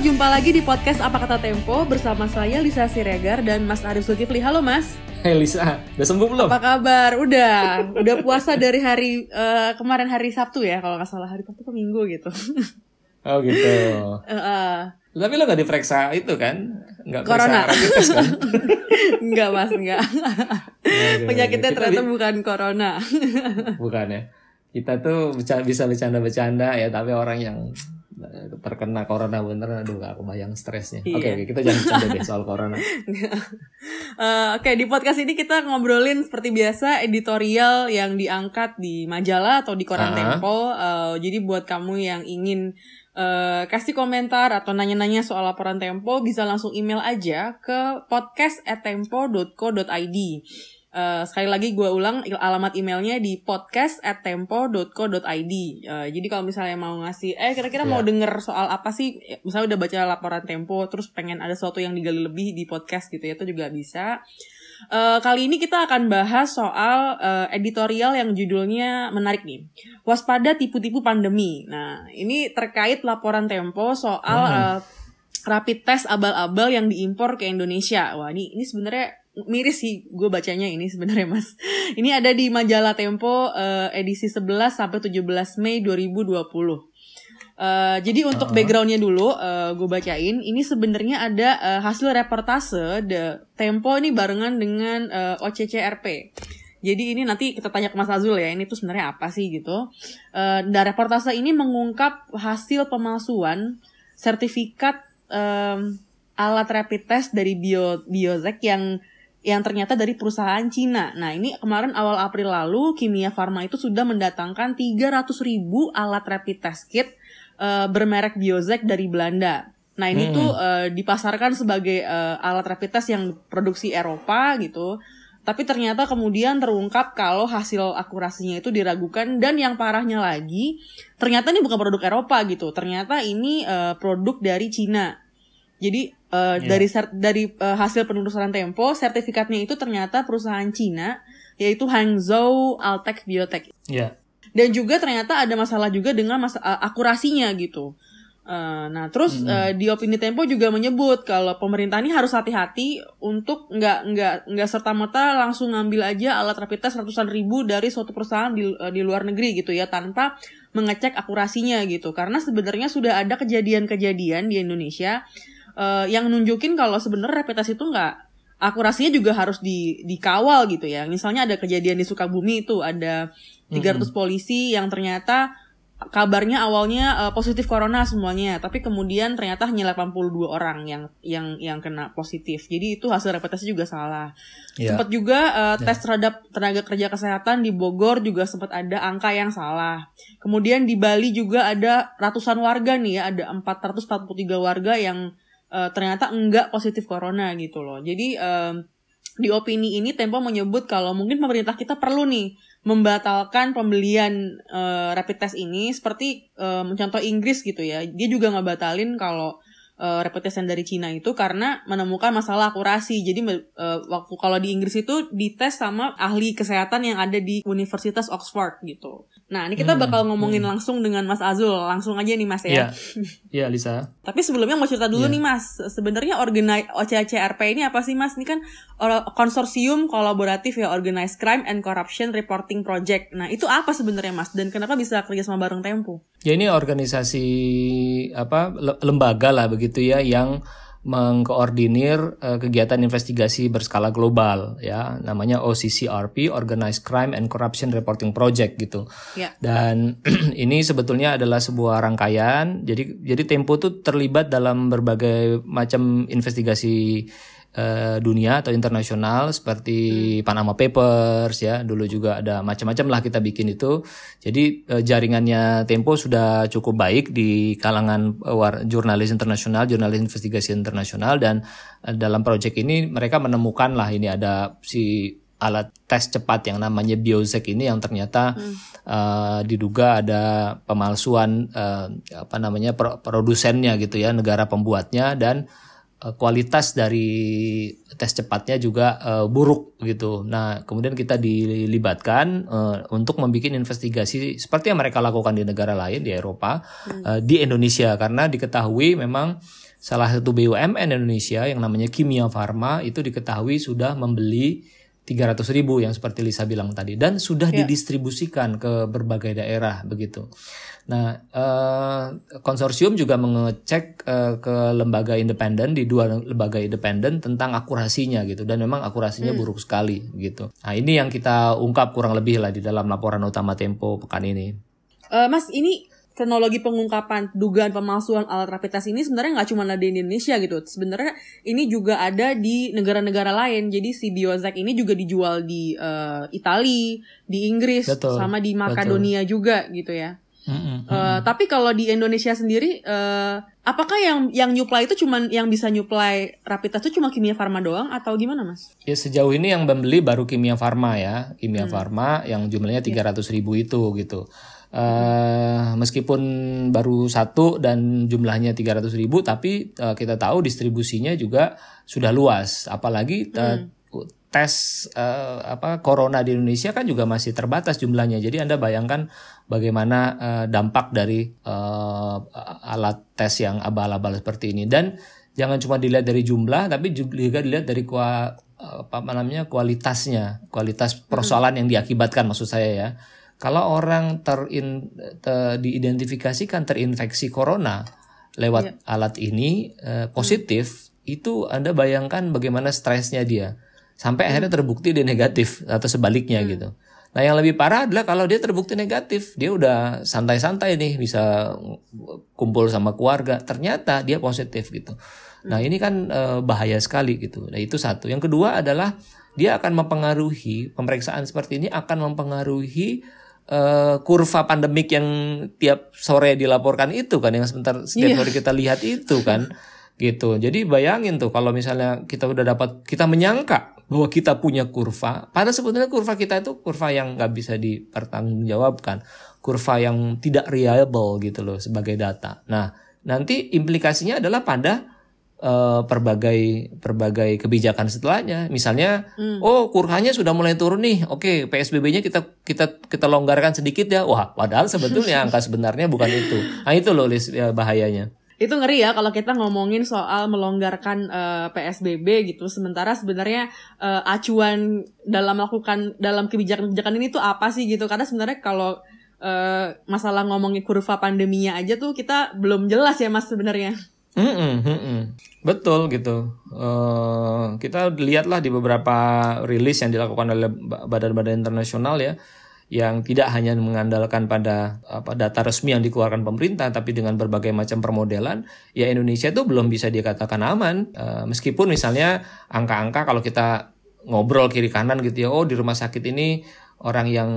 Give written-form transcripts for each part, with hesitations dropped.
jumpa lagi di podcast Apa Kata Tempo bersama saya Lisa Siregar dan Mas Arif Zulkifli. Halo Mas. Hai Lisa, udah sembuh belum? Apa kabar? Udah puasa dari hari kemarin hari Sabtu ya, kalau nggak salah hari Sabtu ke Minggu gitu. Oh gitu. Tapi lo nggak diperiksa itu kan? Nggak periksa rapid test kan? Enggak Mas, enggak. Penyakitnya ternyata bukan corona. Bukan ya. Kita tuh bisa bercanda-bercanda ya, tapi orang yang terkena corona beneran, aduh gak kebayang stresnya. Iya. Oke, kita jangan bercanda deh soal corona. Oke, di podcast ini kita ngobrolin seperti biasa editorial yang diangkat di majalah atau di koran Tempo. Jadi buat kamu yang ingin kasih komentar atau nanya-nanya soal laporan Tempo, bisa langsung email aja ke podcast@tempo.co.id. Sekali lagi gue ulang, alamat emailnya di podcast@tempo.co.id. Jadi kalau misalnya mau ngasih kira-kira mau denger soal apa sih, misalnya udah baca laporan Tempo terus pengen ada sesuatu yang digali lebih di podcast gitu ya, itu juga bisa. Kali ini kita akan bahas soal editorial yang judulnya menarik nih, waspada tipu-tipu pandemi. Nah ini terkait laporan Tempo soal rapid test abal-abal yang diimpor ke Indonesia. Wah ini sebenarnya miris sih gue bacanya ini sebenarnya Mas. Ini ada di majalah Tempo edisi 11 sampai 17 Mei 2020. Jadi untuk backgroundnya dulu gue bacain. Ini sebenarnya ada hasil reportase Tempo ini barengan dengan OCCRP. Jadi ini nanti kita tanya ke Mas Azul ya, ini tuh sebenarnya apa sih gitu. Dan reportase ini mengungkap hasil pemalsuan sertifikat alat rapid test dari Biozek yang ternyata dari perusahaan Cina. Nah ini kemarin awal April lalu Kimia Farma itu sudah mendatangkan 300.000 alat rapid test kit bermerek Biozek dari Belanda. Nah ini tuh dipasarkan sebagai alat rapid test yang produksi Eropa gitu. Tapi ternyata kemudian terungkap kalau hasil akurasinya itu diragukan, dan yang parahnya lagi ternyata ini bukan produk Eropa gitu. Ternyata ini produk dari Cina. Jadi dari hasil penelusuran Tempo, sertifikatnya itu ternyata perusahaan Cina, yaitu Hangzhou Altech Biotech. Yeah. Dan juga ternyata ada masalah juga dengan akurasinya gitu. Nah terus di opini Tempo juga menyebut kalau pemerintah ini harus hati-hati untuk nggak serta-merta langsung ngambil aja alat rapid test ratusan ribu dari suatu perusahaan di luar negeri gitu ya, tanpa mengecek akurasinya gitu. Karena sebenarnya sudah ada kejadian-kejadian di Indonesia yang nunjukin kalau sebenarnya rapid test itu akurasinya juga harus dikawal gitu ya. Misalnya ada kejadian di Sukabumi itu ada 300 polisi yang ternyata kabarnya awalnya positif corona semuanya, tapi kemudian ternyata hanya 82 orang yang kena positif. Jadi itu hasil rapid test juga salah. Sempat juga tes terhadap tenaga kerja kesehatan di Bogor juga sempat ada angka yang salah. Kemudian di Bali juga ada ratusan warga nih ya, ada 443 warga yang ternyata enggak positif corona gitu loh. Jadi di opini ini Tempo menyebut kalau mungkin pemerintah kita perlu nih membatalkan pembelian rapid test ini, seperti mencontoh Inggris gitu ya. Dia juga ngebatalin kalau rapid test yang dari Cina itu karena menemukan masalah akurasi. Jadi waktu kalau di Inggris itu dites sama ahli kesehatan yang ada di Universitas Oxford gitu. Nah ini kita bakal ngomongin langsung dengan Mas Azul. Langsung aja nih Mas ya. Iya Lisa. Tapi sebelumnya mau cerita dulu nih Mas. Sebenarnya OCCRP ini apa sih Mas? Ini kan konsorsium kolaboratif ya, Organized Crime and Corruption Reporting Project. Nah itu apa sebenarnya Mas? Dan kenapa bisa kerja sama bareng Tempo? Ya ini organisasi lembaga lah begitu ya, yang mengkoordinir kegiatan investigasi berskala global ya, namanya OCCRP, Organized Crime and Corruption Reporting Project gitu. Dan ini sebetulnya adalah sebuah rangkaian. Jadi Tempo tuh terlibat dalam berbagai macam investigasi dunia atau internasional seperti Panama Papers ya, dulu juga ada macam-macam lah kita bikin itu. Jadi jaringannya Tempo sudah cukup baik di kalangan jurnalis internasional, jurnalis investigasi internasional, dan dalam proyek ini mereka menemukan lah ini ada si alat tes cepat yang namanya Biozek ini yang ternyata diduga ada pemalsuan produsennya gitu ya, negara pembuatnya, dan kualitas dari tes cepatnya juga buruk gitu. Nah, kemudian kita dilibatkan untuk membuat investigasi seperti yang mereka lakukan di negara lain di Eropa, di Indonesia, karena diketahui memang salah satu BUMN Indonesia yang namanya Kimia Farma itu diketahui sudah membeli 300.000 yang seperti Lisa bilang tadi, dan sudah didistribusikan ke berbagai daerah begitu. Nah, konsorsium juga mengecek ke lembaga independen, di 2 lembaga independen tentang akurasinya gitu, dan memang akurasinya buruk sekali gitu. Nah, ini yang kita ungkap kurang lebih lah di dalam laporan utama Tempo pekan ini. Mas, ini kronologi pengungkapan dugaan pemalsuan alat rapid test ini sebenarnya nggak cuma ada di Indonesia gitu. Sebenarnya ini juga ada di negara-negara lain. Jadi si Biozac ini juga dijual di Italia, di Inggris, betul, sama di Makedonia juga gitu ya. Tapi kalau di Indonesia sendiri, apakah yang nyuplai itu cuma yang bisa nyuplai rapid test itu cuma Kimia Farma doang atau gimana, Mas? Ya, sejauh ini yang membeli baru Kimia Farma ya, Kimia Farma yang jumlahnya 300.000 itu gitu. Meskipun baru 1 dan jumlahnya 300.000, tapi kita tahu distribusinya juga sudah luas. Apalagi tes corona di Indonesia kan juga masih terbatas jumlahnya. Jadi Anda bayangkan bagaimana dampak dari alat tes yang abal-abal seperti ini. Dan jangan cuma dilihat dari jumlah, tapi juga dilihat dari kualitasnya, kualitas persoalan yang diakibatkan, maksud saya ya. Kalau orang diidentifikasikan terinfeksi corona lewat alat ini positif, itu Anda bayangkan bagaimana stresnya dia. Sampai akhirnya terbukti dia negatif atau sebaliknya gitu. Nah, yang lebih parah adalah kalau dia terbukti negatif, dia udah santai-santai nih, bisa kumpul sama keluarga, ternyata dia positif gitu. Nah, ini kan bahaya sekali gitu. Nah, itu satu. Yang kedua adalah dia akan mempengaruhi, pemeriksaan seperti ini akan mempengaruhi kurva pandemik yang tiap sore dilaporkan itu kan, yang setiap hari kita lihat itu kan gitu. Jadi bayangin tuh kalau misalnya kita menyangka bahwa kita punya kurva, padahal sebetulnya kurva kita itu kurva yang nggak bisa dipertanggungjawabkan, kurva yang tidak reliable gitu loh sebagai data. Nah, nanti implikasinya adalah pada berbagai kebijakan setelahnya. Misalnya, kurvanya sudah mulai turun nih. Oke, PSBB-nya kita longgarkan sedikit ya. Wah, padahal sebetulnya angka sebenarnya bukan itu. Nah, itu loh bahayanya. Itu ngeri ya kalau kita ngomongin soal melonggarkan PSBB gitu. Sementara sebenarnya acuan dalam kebijakan-kebijakan ini tuh apa sih gitu. Karena sebenarnya kalau masalah ngomongin kurva pandeminya aja tuh kita belum jelas ya, Mas, sebenarnya. Betul gitu. Kita lihatlah di beberapa rilis yang dilakukan oleh badan-badan internasional ya, yang tidak hanya mengandalkan pada data resmi yang dikeluarkan pemerintah, tapi dengan berbagai macam permodelan, ya Indonesia itu belum bisa dikatakan aman. Meskipun misalnya angka-angka kalau kita ngobrol kiri kanan gitu ya, di rumah sakit ini orang yang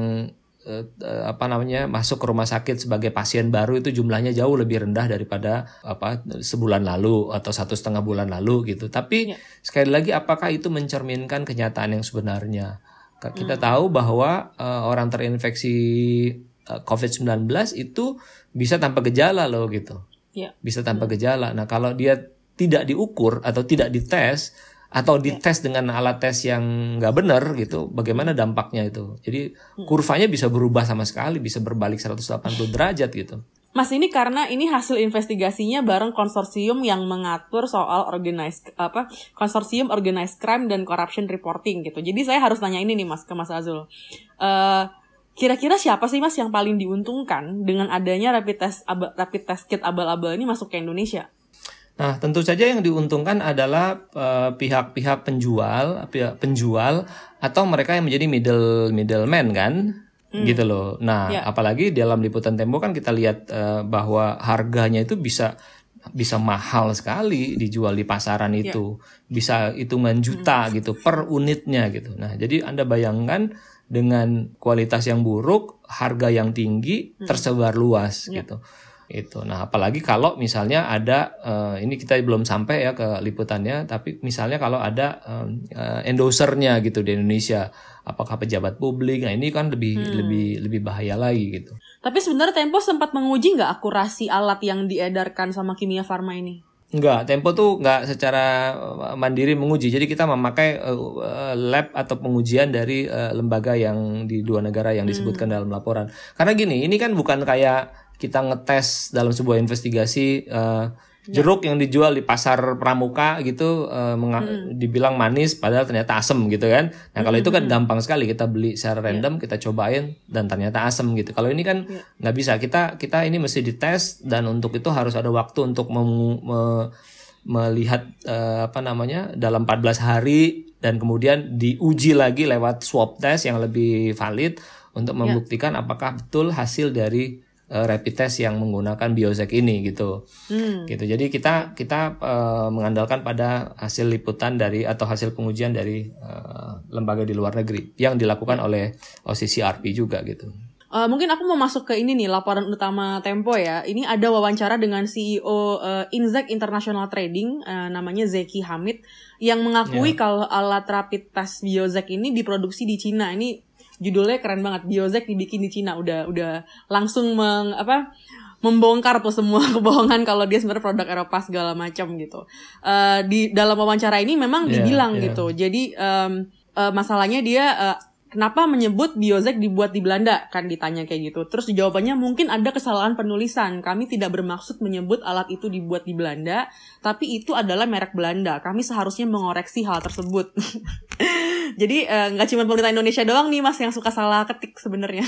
masuk ke rumah sakit sebagai pasien baru itu jumlahnya jauh lebih rendah daripada sebulan lalu atau 1,5 bulan lalu gitu. Tapi sekali lagi, apakah itu mencerminkan kenyataan yang sebenarnya? Kita tahu bahwa orang terinfeksi COVID-19 itu bisa tanpa gejala loh gitu. Bisa tanpa gejala. Nah, kalau dia tidak diukur atau tidak dites, atau dites dengan alat tes yang nggak benar gitu, bagaimana dampaknya itu? Jadi kurvanya bisa berubah sama sekali, bisa berbalik 180 derajat gitu. Mas, ini karena ini hasil investigasinya bareng konsorsium yang mengatur soal konsorsium organized crime dan corruption reporting gitu. Jadi saya harus nanya ini nih, Mas, ke Mas Azul. Kira-kira siapa sih, Mas, yang paling diuntungkan dengan adanya rapid test kit abal-abal ini masuk ke Indonesia? Nah, tentu saja yang diuntungkan adalah pihak-pihak penjual atau mereka yang menjadi middleman kan, gitu loh. Nah, apalagi dalam liputan Tempo kan kita lihat bahwa harganya itu bisa mahal sekali dijual di pasaran itu, bisa hitungan juta gitu per unitnya gitu. Nah, jadi Anda bayangkan dengan kualitas yang buruk, harga yang tinggi, tersebar luas gitu. Itu. Nah, apalagi kalau misalnya ada ini kita belum sampai ya ke liputannya, tapi misalnya kalau ada endorsernya gitu di Indonesia, apakah pejabat publik? Nah, ini kan lebih bahaya lagi gitu. Tapi sebenarnya Tempo sempat menguji nggak akurasi alat yang diedarkan sama Kimia Farma ini? Enggak, Tempo tuh enggak secara mandiri menguji. Jadi kita memakai lab atau pengujian dari lembaga yang di 2 negara yang disebutkan dalam laporan. Karena gini, ini kan bukan kayak kita ngetes dalam sebuah investigasi jeruk yang dijual di pasar pramuka gitu dibilang manis padahal ternyata asem gitu kan. Nah kalau itu kan gampang sekali, kita beli secara random, kita cobain dan ternyata asem gitu. Kalau ini kan nggak bisa, kita ini mesti dites, dan untuk itu harus ada waktu untuk melihat dalam 14 hari, dan kemudian diuji lagi lewat swab test yang lebih valid untuk membuktikan apakah betul hasil dari rapid test yang menggunakan Biozek ini gitu. Gitu. Jadi kita mengandalkan pada hasil liputan dari atau hasil pengujian dari lembaga di luar negeri yang dilakukan oleh OCCRP juga gitu. Mungkin aku mau masuk ke ini nih, laporan utama Tempo ya. Ini ada wawancara dengan CEO Inzek International Trading, namanya Zeki Hamid, yang mengakui kalau alat rapid test Biozek ini diproduksi di Cina. Ini judulnya keren banget, Biozek dibikin di Cina. Udah langsung membongkar tuh semua kebohongan kalau dia sebenarnya produk Eropa segala macam gitu. Di dalam wawancara ini memang dibilang gitu. Jadi masalahnya dia kenapa menyebut Biozek dibuat di Belanda, kan ditanya kayak gitu. Terus jawabannya mungkin ada kesalahan penulisan. Kami tidak bermaksud menyebut alat itu dibuat di Belanda, tapi itu adalah merek Belanda. Kami seharusnya mengoreksi hal tersebut. Jadi nggak cuma pemerintah Indonesia doang nih Mas yang suka salah ketik sebenarnya.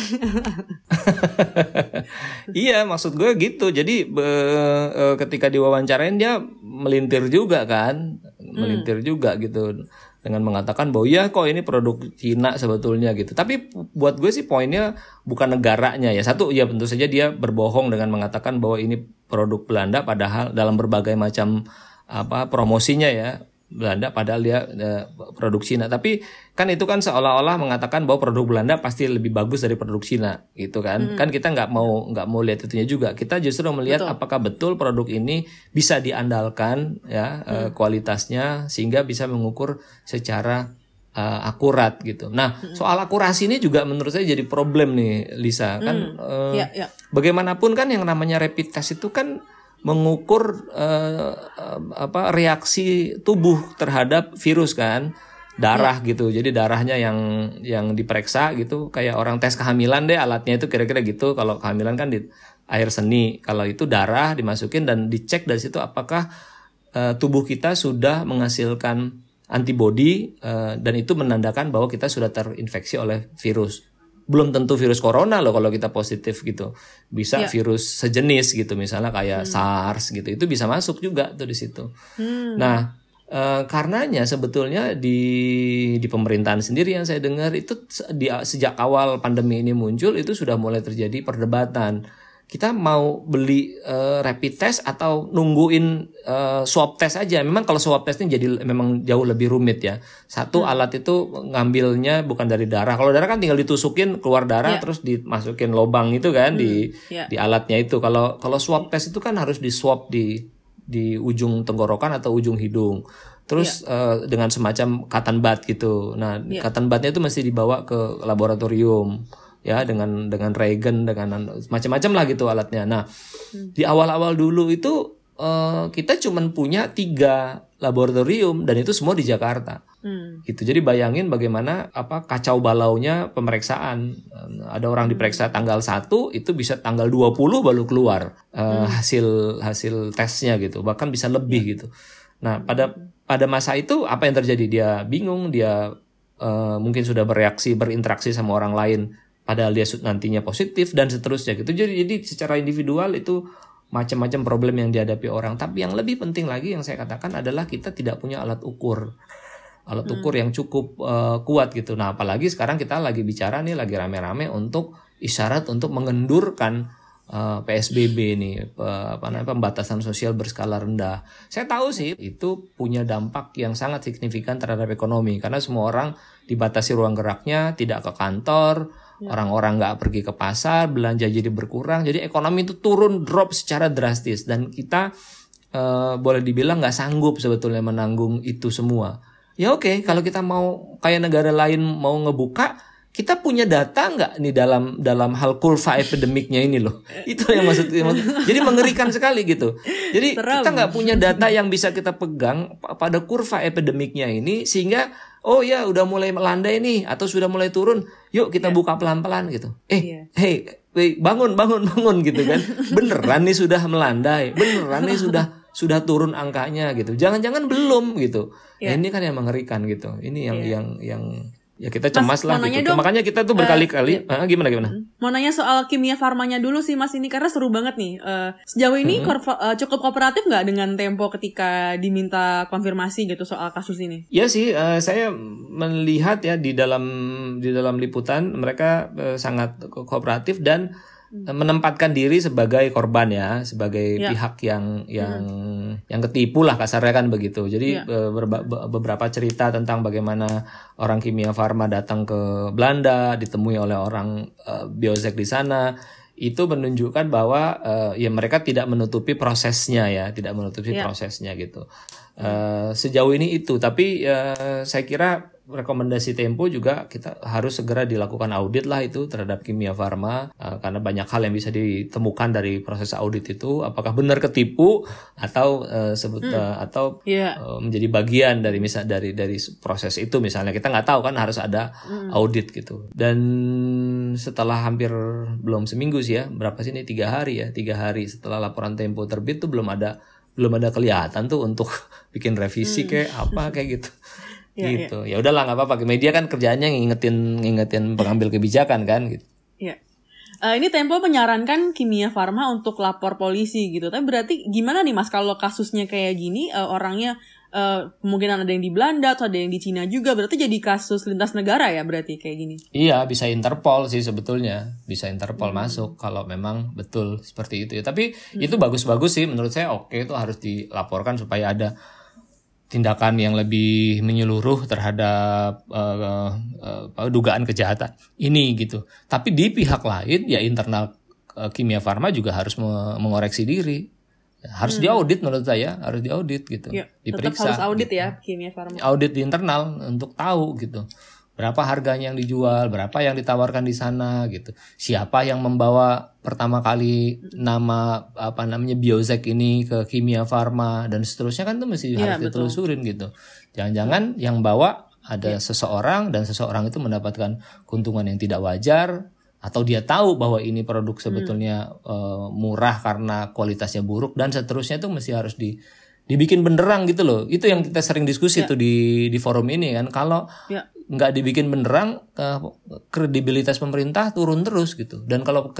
Iya, maksud gue gitu. Jadi ketika diwawancarain dia melintir juga kan, melintir juga gitu, dengan mengatakan bahwa ya kok ini produk Cina sebetulnya gitu. Tapi buat gue sih poinnya bukan negaranya ya. Satu, ya tentu saja dia berbohong dengan mengatakan bahwa ini produk Belanda, padahal dalam berbagai macam promosinya ya Belanda, padahal dia produk Cina. Tapi kan itu kan seolah-olah mengatakan bahwa produk Belanda pasti lebih bagus dari produk Cina gitu kan. Kan kita nggak mau lihat itunya juga. Kita justru melihat apakah betul produk ini bisa diandalkan ya kualitasnya, sehingga bisa mengukur secara akurat gitu. Nah, soal akurasi ini juga menurut saya jadi problem nih, Lisa. Kan bagaimanapun kan yang namanya rapid test itu kan mengukur reaksi tubuh terhadap virus kan, darah gitu. Jadi darahnya yang diperiksa gitu, kayak orang tes kehamilan deh, alatnya itu kira-kira gitu. Kalau kehamilan kan di air seni, kalau itu darah dimasukin dan dicek dari situ apakah tubuh kita sudah menghasilkan antibodi, dan itu menandakan bahwa kita sudah terinfeksi oleh virus. Belum tentu virus corona loh kalau kita positif gitu. Bisa virus sejenis gitu, misalnya kayak SARS gitu. Itu bisa masuk juga tuh di situ. Nah, karenanya sebetulnya di pemerintahan sendiri yang saya dengar itu sejak awal pandemi ini muncul itu sudah mulai terjadi perdebatan. Kita mau beli rapid test atau nungguin swab test aja. Memang kalau swab test ini jadi memang jauh lebih rumit ya. Satu, alat itu ngambilnya bukan dari darah. Kalau darah kan tinggal ditusukin keluar darah terus dimasukin lubang itu kan di alatnya itu. Kalau swab test itu kan harus di swab di ujung tenggorokan atau ujung hidung. Terus dengan semacam cotton bud gitu. Nah, cotton budnya itu mesti dibawa ke laboratorium. Ya, dengan reagen, dengan macam-macam lah gitu alatnya. Nah, di awal-awal dulu itu kita cuma punya 3 laboratorium dan itu semua di Jakarta. Gitu. Jadi bayangin bagaimana kacau balaunya pemeriksaan. Ada orang diperiksa tanggal 1, itu bisa tanggal 20 baru keluar hasil tesnya gitu. Bahkan bisa lebih gitu. Nah, pada masa itu apa yang terjadi? Dia bingung, dia mungkin sudah berinteraksi sama orang lain padahal dia nantinya positif dan seterusnya gitu. Jadi secara individual itu macam-macam problem yang dihadapi orang. Tapi yang lebih penting lagi yang saya katakan adalah kita tidak punya alat ukur yang cukup kuat gitu. Nah, apalagi sekarang kita lagi bicara nih, lagi rame-rame untuk isyarat untuk mengendurkan PSBB nih, pembatasan sosial berskala rendah. Saya tahu sih itu punya dampak yang sangat signifikan terhadap ekonomi karena semua orang dibatasi ruang geraknya, tidak ke kantor, orang-orang nggak pergi ke pasar, belanja jadi berkurang, jadi ekonomi itu drop secara drastis dan kita boleh dibilang nggak sanggup sebetulnya menanggung itu semua. Ya oke, kalau kita mau kayak negara lain mau ngebuka, kita punya data nggak nih dalam hal kurva epidemiknya ini loh. Itu yang maksud. Jadi mengerikan sekali gitu. Jadi kita nggak punya data yang bisa kita pegang pada kurva epidemiknya ini sehingga ya udah mulai melandai nih atau sudah mulai turun. Yuk kita buka pelan-pelan gitu. Hey, bangun gitu kan. Beneran nih sudah melandai. Beneran nih sudah sudah turun angkanya gitu. Jangan-jangan belum gitu. Nah, ini kan yang mengerikan gitu. Ini yang ya kita cemas lah gitu. Makanya kita tuh berkali-kali gimana? Mau nanya soal Kimia Farmanya dulu sih Mas, ini karena seru banget nih. Sejauh ini cukup kooperatif nggak dengan Tempo ketika diminta konfirmasi gitu soal kasus ini? Ya sih, saya melihat ya di dalam liputan mereka sangat kooperatif dan menempatkan diri sebagai korban ya, sebagai pihak yang ketipu lah kasarnya kan begitu. Jadi beberapa cerita tentang bagaimana orang Kimia Farma datang ke Belanda, ditemui oleh orang Biosek di sana, itu menunjukkan bahwa ya mereka tidak menutupi prosesnya ya, prosesnya gitu. Sejauh ini itu, tapi saya kira rekomendasi Tempo juga kita harus segera dilakukan audit lah itu terhadap Kimia Farma, karena banyak hal yang bisa ditemukan dari proses audit itu, apakah benar ketipu atau menjadi bagian dari proses itu, misalnya kita nggak tahu kan, harus ada audit gitu. Dan setelah hampir belum seminggu sih ya, berapa sih ini 3 hari setelah laporan Tempo terbit tuh belum ada kelihatan tuh untuk bikin revisi kayak apa kayak gitu. Gitu. Ya udahlah nggak apa-apa. Media kan kerjaannya ngingetin pengambil kebijakan kan gitu. Iya. Ini Tempo menyarankan Kimia Farma untuk lapor polisi gitu. Tapi berarti gimana nih Mas kalau kasusnya kayak gini, orangnya kemungkinan ada yang di Belanda atau ada yang di Cina juga, berarti jadi kasus lintas negara ya berarti kayak gini? Iya, bisa Interpol sih sebetulnya. Bisa Interpol masuk kalau memang betul seperti itu ya. Tapi itu bagus-bagus sih menurut saya. Oke, itu harus dilaporkan supaya ada tindakan yang lebih menyeluruh terhadap dugaan kejahatan ini gitu. Tapi di pihak lain ya internal Kimia Farma juga harus mengoreksi diri. Harus diaudit menurut saya, harus diaudit gitu. Ya, diperiksa. Tetap harus audit gitu. Ya Kimia Farma. Audit di internal untuk tahu gitu. Berapa harganya yang dijual, berapa yang ditawarkan di sana gitu. Siapa yang membawa pertama kali nama Biosek ini ke Kimia Farma dan seterusnya kan itu mesti harus ditelusurin gitu. Jangan-jangan yang bawa ada seseorang dan seseorang itu mendapatkan keuntungan yang tidak wajar, atau dia tahu bahwa ini produk sebetulnya murah karena kualitasnya buruk dan seterusnya, itu mesti harus dibikin benderang gitu loh. Itu yang kita sering diskusi tuh di forum ini kan. Kalau nggak dibikin benderang, kredibilitas pemerintah turun terus gitu. Dan kalau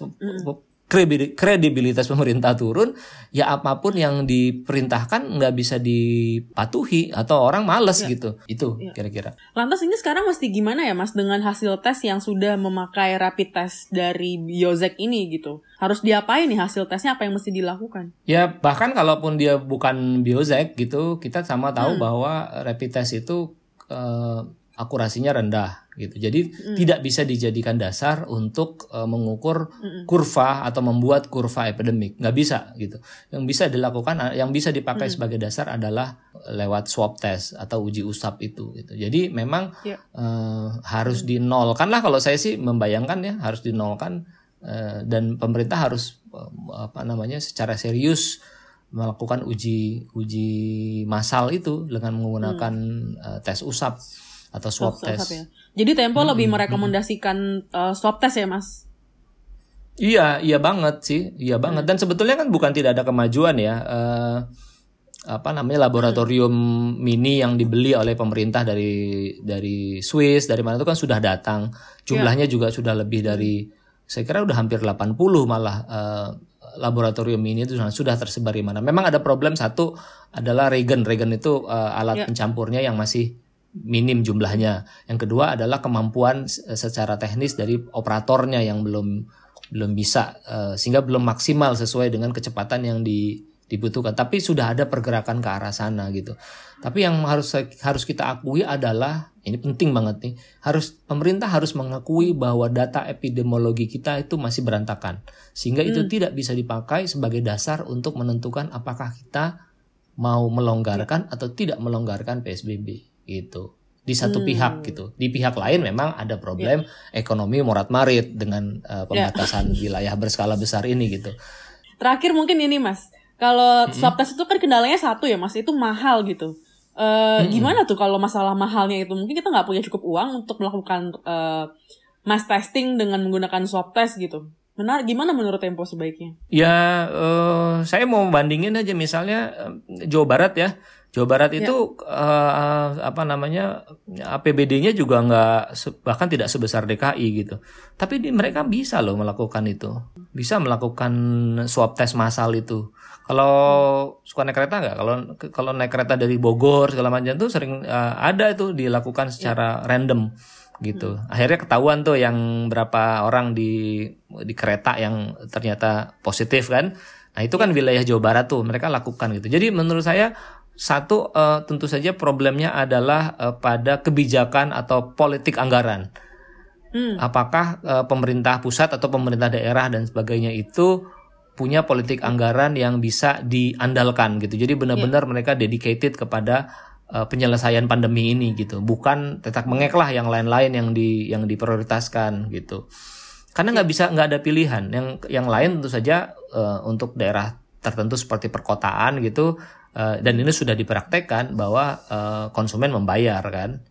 kredibilitas pemerintah turun, ya apapun yang diperintahkan nggak bisa dipatuhi atau orang males gitu. Itu kira-kira. Lantas ini sekarang mesti gimana ya Mas dengan hasil tes yang sudah memakai rapid test dari Biosek ini gitu? Harus diapain nih hasil tesnya, apa yang mesti dilakukan? Ya bahkan kalaupun dia bukan Biosek gitu, kita sama tahu bahwa rapid test itu akurasinya rendah gitu. Jadi tidak bisa dijadikan dasar untuk mengukur kurva atau membuat kurva epidemik. Nggak bisa gitu. Yang bisa dilakukan, yang bisa dipakai sebagai dasar adalah lewat swab test atau uji usap itu gitu. Jadi memang harus dinolkan lah, kalau saya sih membayangkan ya, harus dinolkan, dan pemerintah harus secara serius melakukan uji massal itu dengan menggunakan tes usap atau swab test. Ya. Jadi Tempo lebih merekomendasikan swab test ya Mas? Iya banget sih, iya banget. Dan sebetulnya kan bukan tidak ada kemajuan ya. Laboratorium mini yang dibeli oleh pemerintah dari Swiss, dari mana itu kan sudah datang. Jumlahnya juga sudah lebih dari, saya kira udah hampir 80 malah. Laboratorium mini itu sudah tersebar di mana. Memang ada problem, satu adalah reagen itu alat pencampurnya yang masih minim jumlahnya. Yang kedua adalah kemampuan secara teknis dari operatornya yang belum bisa, sehingga belum maksimal sesuai dengan kecepatan yang dibutuhkan. Tapi sudah ada pergerakan ke arah sana gitu. Tapi yang harus kita akui adalah, ini penting banget nih, pemerintah harus mengakui bahwa data epidemiologi kita itu masih berantakan, sehingga itu tidak bisa dipakai sebagai dasar untuk menentukan apakah kita mau melonggarkan atau tidak melonggarkan PSBB gitu. Di satu pihak gitu. Di pihak lain memang ada problem ekonomi morat-marit dengan pembatasan wilayah berskala besar ini gitu. Terakhir mungkin ini Mas, kalau swab test itu kan kendalanya satu ya Mas, itu mahal gitu. Gimana tuh kalau masalah mahalnya itu? Mungkin kita nggak punya cukup uang untuk melakukan mass testing dengan menggunakan swab test gitu. Gimana menurut Tempo sebaiknya? Ya, saya mau bandingin aja misalnya Jawa Barat ya. Jawa Barat itu APBD-nya juga bahkan tidak sebesar DKI gitu. Tapi mereka bisa loh melakukan itu, bisa melakukan swab test massal itu. Kalau suka naik kereta nggak? Kalau naik kereta dari Bogor segala macam tuh sering ada itu dilakukan secara random gitu. Akhirnya ketahuan tuh yang berapa orang di kereta yang ternyata positif kan. Nah itu kan wilayah Jawa Barat tuh mereka lakukan gitu. Jadi menurut saya satu tentu saja problemnya adalah pada kebijakan atau politik anggaran. Apakah pemerintah pusat atau pemerintah daerah dan sebagainya itu punya politik anggaran yang bisa diandalkan gitu. Jadi benar-benar mereka dedicated kepada penyelesaian pandemi ini gitu. Bukan tetak mengek lah yang lain-lain yang diprioritaskan gitu. Karena nggak ada pilihan. Yang lain tentu saja untuk daerah tertentu seperti perkotaan gitu. Dan ini sudah dipraktekkan bahwa konsumen membayar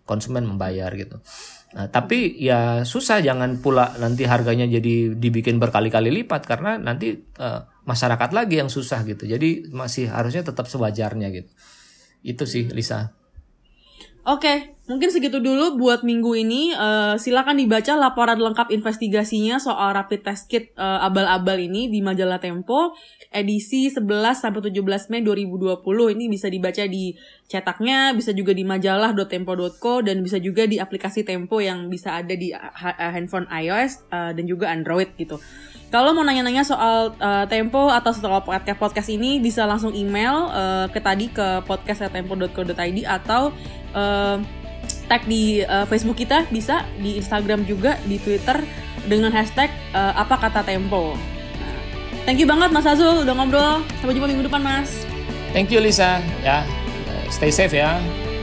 gitu. Tapi ya susah, jangan pula nanti harganya jadi dibikin berkali-kali lipat karena nanti masyarakat lagi yang susah gitu. Jadi masih harusnya tetap sewajarnya gitu. Itu sih Lisa. Oke, mungkin segitu dulu buat minggu ini. Silakan dibaca laporan lengkap investigasinya soal rapid test kit abal-abal ini di majalah Tempo edisi 11-17 Mei 2020. Ini bisa dibaca di cetaknya, bisa juga di majalah.tempo.co, dan bisa juga di aplikasi Tempo yang bisa ada di handphone iOS dan juga Android gitu. Kalau mau nanya-nanya soal Tempo atau soal podcast ini, bisa langsung email ke podcast@tempo.co.id atau tag di Facebook kita, bisa di Instagram juga, di Twitter dengan hashtag apa kata Tempo. Nah, thank you banget Mas Azul udah ngobrol. Sampai jumpa minggu depan Mas. Thank you Lisa. Ya, stay safe ya.